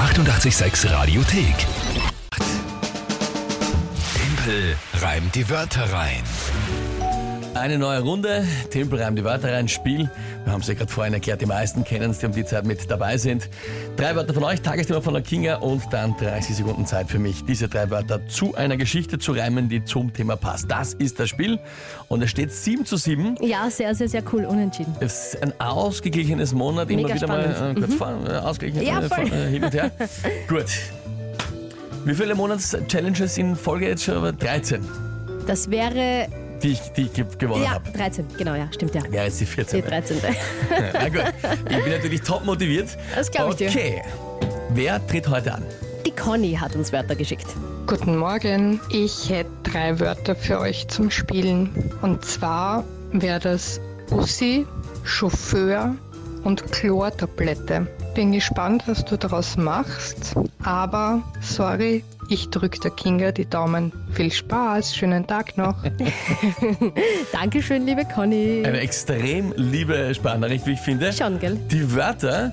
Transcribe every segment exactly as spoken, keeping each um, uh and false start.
achtundachtzig Komma sechs Radiothek. Tempel reimt die Wörter rein. Eine neue Runde, Tempel reimt die Wörter rein, Spiel. Wir haben es ja gerade vorhin erklärt, die meisten kennen es, die um die Zeit mit dabei sind. Drei Wörter von euch, Tagesthema von der Kinga und dann dreißig Sekunden Zeit für mich, diese drei Wörter zu einer Geschichte zu reimen, die zum Thema passt. Das ist das Spiel und es steht sieben zu sieben. Ja, sehr, sehr, sehr cool, unentschieden. Es ist ein ausgeglichenes Monat, immer Mega wieder spannend. mal äh, kurz Mhm. vor, äh, ausgeglichen, Ja, äh, voll. äh, hin und her. Gut. Wie viele Monats-Challenges in Folge jetzt schon? dreizehn, Das wäre, die ich, die ich ge- gewonnen ja, habe. dreizehn, genau, ja, stimmt, ja. Wäre jetzt die Die vierzehnte. dreizehnte. Na gut, ich bin natürlich top motiviert. Das glaube ich dir. Okay, wer tritt heute an? Die Conny hat uns Wörter geschickt. Guten Morgen, ich hätte drei Wörter für euch zum Spielen. Und zwar wäre das Bussi, Chauffeur und Chlortablette. Bin gespannt, was du daraus machst, aber sorry, ich drücke der Kinga die Daumen. Viel Spaß, schönen Tag noch. Dankeschön, liebe Conny. Eine extrem liebe Sprachnachricht, wie ich finde. Schon, gell? Die Wörter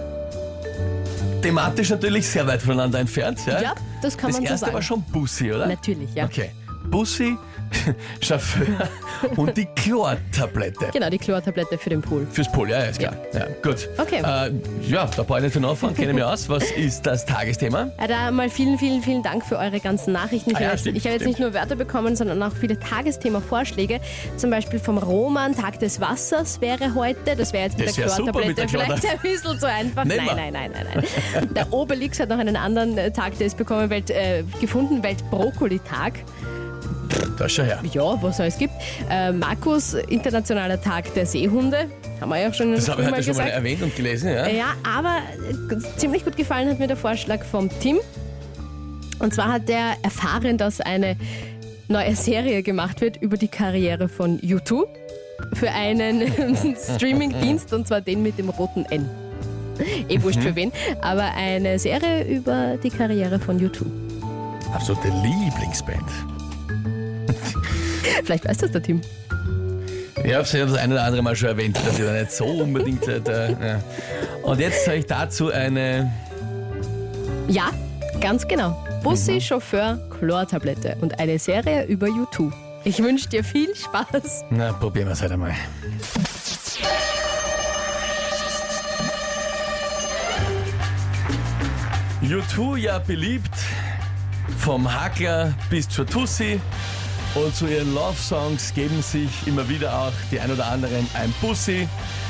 thematisch natürlich sehr weit voneinander entfernt. Ja, Ja, das kann das man so erste sagen. war schon Bussi, oder? Natürlich, ja. Okay. Bussi, Chauffeur und die Chlortablette. Genau, die Chlortablette für den Pool. Fürs Pool, ja, ist klar. Ja. gut. Okay. Äh, ja, da brauche ich nicht viel nachfragen, kenne mich aus. Was ist das Tagesthema? Ja, da mal vielen, vielen, vielen Dank für eure ganzen Nachrichten. Ich Ah ja, habe jetzt, stimmt, ich habe jetzt stimmt. nicht nur Wörter bekommen, sondern auch viele Tagesthema-Vorschläge. Zum Beispiel vom Roman, Tag des Wassers wäre heute. Das wäre jetzt mit Das der wär super mit Chlortablette der vielleicht ein bisschen zu einfach. Nehmen wir. Nein, nein, nein, nein, nein. Der Obelix hat noch einen anderen äh, Tag, der ist bekommen, Welt, äh, gefunden, Weltbrokkoli-Tag. Da schau her. Ja, was es gibt. Äh, Markus, internationaler Tag der Seehunde. Haben wir ja auch schon Das habe ich mal heute schon mal gesagt. erwähnt und gelesen. Ja. Ja, aber äh, ziemlich gut gefallen hat mir der Vorschlag vom Tim. Und zwar hat der erfahren, dass eine neue Serie gemacht wird über die Karriere von U zwei für einen Streaming-Dienst, und zwar den mit dem roten N. Eh wurscht für wen, aber eine Serie über die Karriere von U zwei. Absolute Lieblingsband. Vielleicht weiß das der Tim. Ich habe es ja das eine oder andere Mal schon erwähnt, dass ich da nicht so unbedingt. Äh, da, ja. Und jetzt habe ich dazu eine. Ja, ganz genau. Bussi, Chauffeur, Chlortablette und eine Serie über U zwei. Ich wünsche dir viel Spaß. Na, probieren wir es halt einmal. U zwei ja beliebt, vom Hackler bis zur Tussi. Und zu ihren Love-Songs geben sich immer wieder auch die ein oder anderen ein Bussi.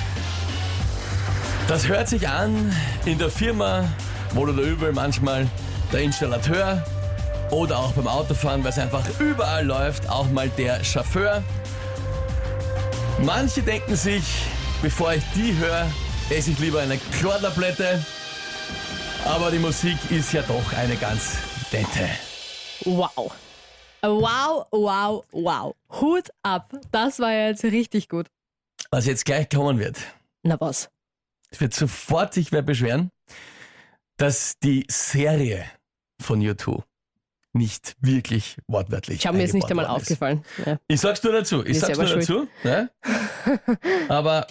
Das hört sich an in der Firma, wohl oder übel manchmal der Installateur oder auch beim Autofahren, weil es einfach überall läuft, auch mal der Chauffeur. Manche denken sich, bevor ich die höre, esse ich lieber eine Chlortablette. Aber die Musik ist ja doch eine ganz nette. Wow. Wow, wow, wow. Hut ab. Das war ja jetzt richtig gut. Was jetzt gleich kommen wird, Na was? es wird sofort sich wer beschweren, dass die Serie von U zwei nicht wirklich wortwörtlich Ich habe mir jetzt nicht einmal eingebaut worden ist. aufgefallen. Ja. Ich sag's nur dazu. Ich Ist sag's nur selber dazu. Ne? Aber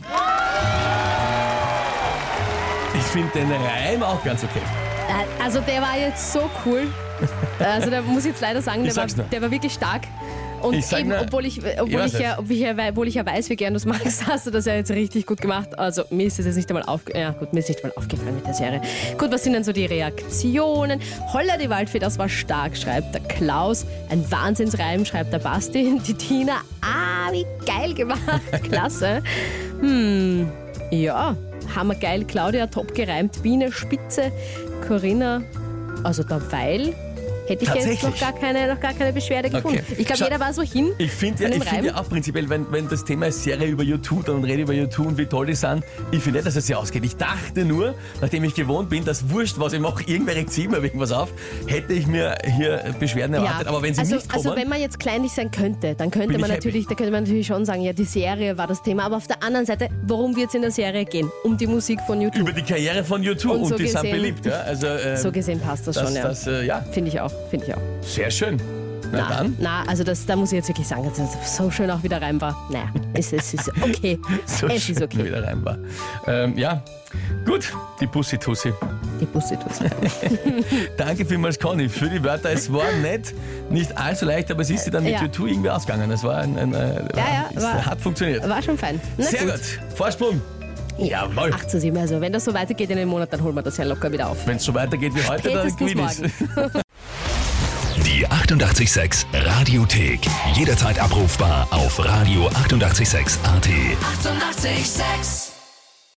ich finde den Reim auch ganz okay. Also der war jetzt so cool. Also da muss ich jetzt leider sagen, Ich der war, sag's nur. der war wirklich stark. Und Ich sag eben, nur, obwohl ich, obwohl, ich weiß ich ja, obwohl, ich ja, obwohl ich ja weiß, wie gern du es magst, hast du das ja jetzt richtig gut gemacht. Also mir ist das jetzt nicht einmal aufge ja, gut, mir ist nicht einmal aufgefallen mit der Serie. Gut, was sind denn so die Reaktionen? Holla die Waldfee, das war stark, schreibt der Klaus. Ein Wahnsinnsreim, schreibt der Basti. Die Tina, ah, wie geil gemacht, klasse. Hm, ja, hammergeil. Claudia, top gereimt. Biene, spitze. Corinna, also derweil hätte ich jetzt Tatsächlich? noch gar keine, noch gar keine Beschwerde gefunden. Okay. Ich glaube, Schau, jeder war so hin. Ich finde ja, von dem ich find Reim. ja auch prinzipiell, wenn, wenn das Thema ist Serie über U zwei, dann rede ich über U zwei und wie toll die sind. Ich finde nicht, dass es sich ausgeht. Ich dachte nur, nachdem ich gewohnt bin, dass wurscht, was ich mache, irgendwer regt sich immer irgendwas auf, hätte ich mir hier Beschwerden erwartet. Aber wenn sie also, nicht kommen, also wenn man jetzt kleinlich sein könnte, dann könnte bin man ich happy. natürlich, da könnte man natürlich schon sagen, ja, die Serie war das Thema. Aber auf der anderen Seite, worum wird es in der Serie gehen? Um die Musik von U zwei. über die Karriere von U zwei Und und, so die sind gesehen- beliebt. Ja? Also, äh, So gesehen passt das, das, schon, ja. das, äh, ja, Finde ich auch, finde ich auch. sehr schön. Na dann. Na, also das, da muss ich jetzt wirklich sagen, dass es so schön auch wieder rein war. Naja, es, es ist okay. So es schön ist okay. wieder rein war. Ähm, ja, gut, die Pussy-Tussi. Die Pussy-Tussi. Danke vielmals, Conny, für die Wörter. Es war nett, nicht allzu leicht, aber es ist dir dann mit Ja. YouTube irgendwie ausgegangen. Es war ein, ein, ein Ja, ja, es war- hat funktioniert. War schon fein. Na Sehr gut. Vorsprung. Jawohl. acht zu sieben, also wenn das so weitergeht in den Monat, dann holen wir das ja locker wieder auf. Wenn es so weitergeht wie heute, dann Spätestens gewinne ich. morgen. Die achtundachtzig Komma sechs Radiothek. Jederzeit abrufbar auf radio achtundachtzig Komma sechs A T. Eighty-eight point six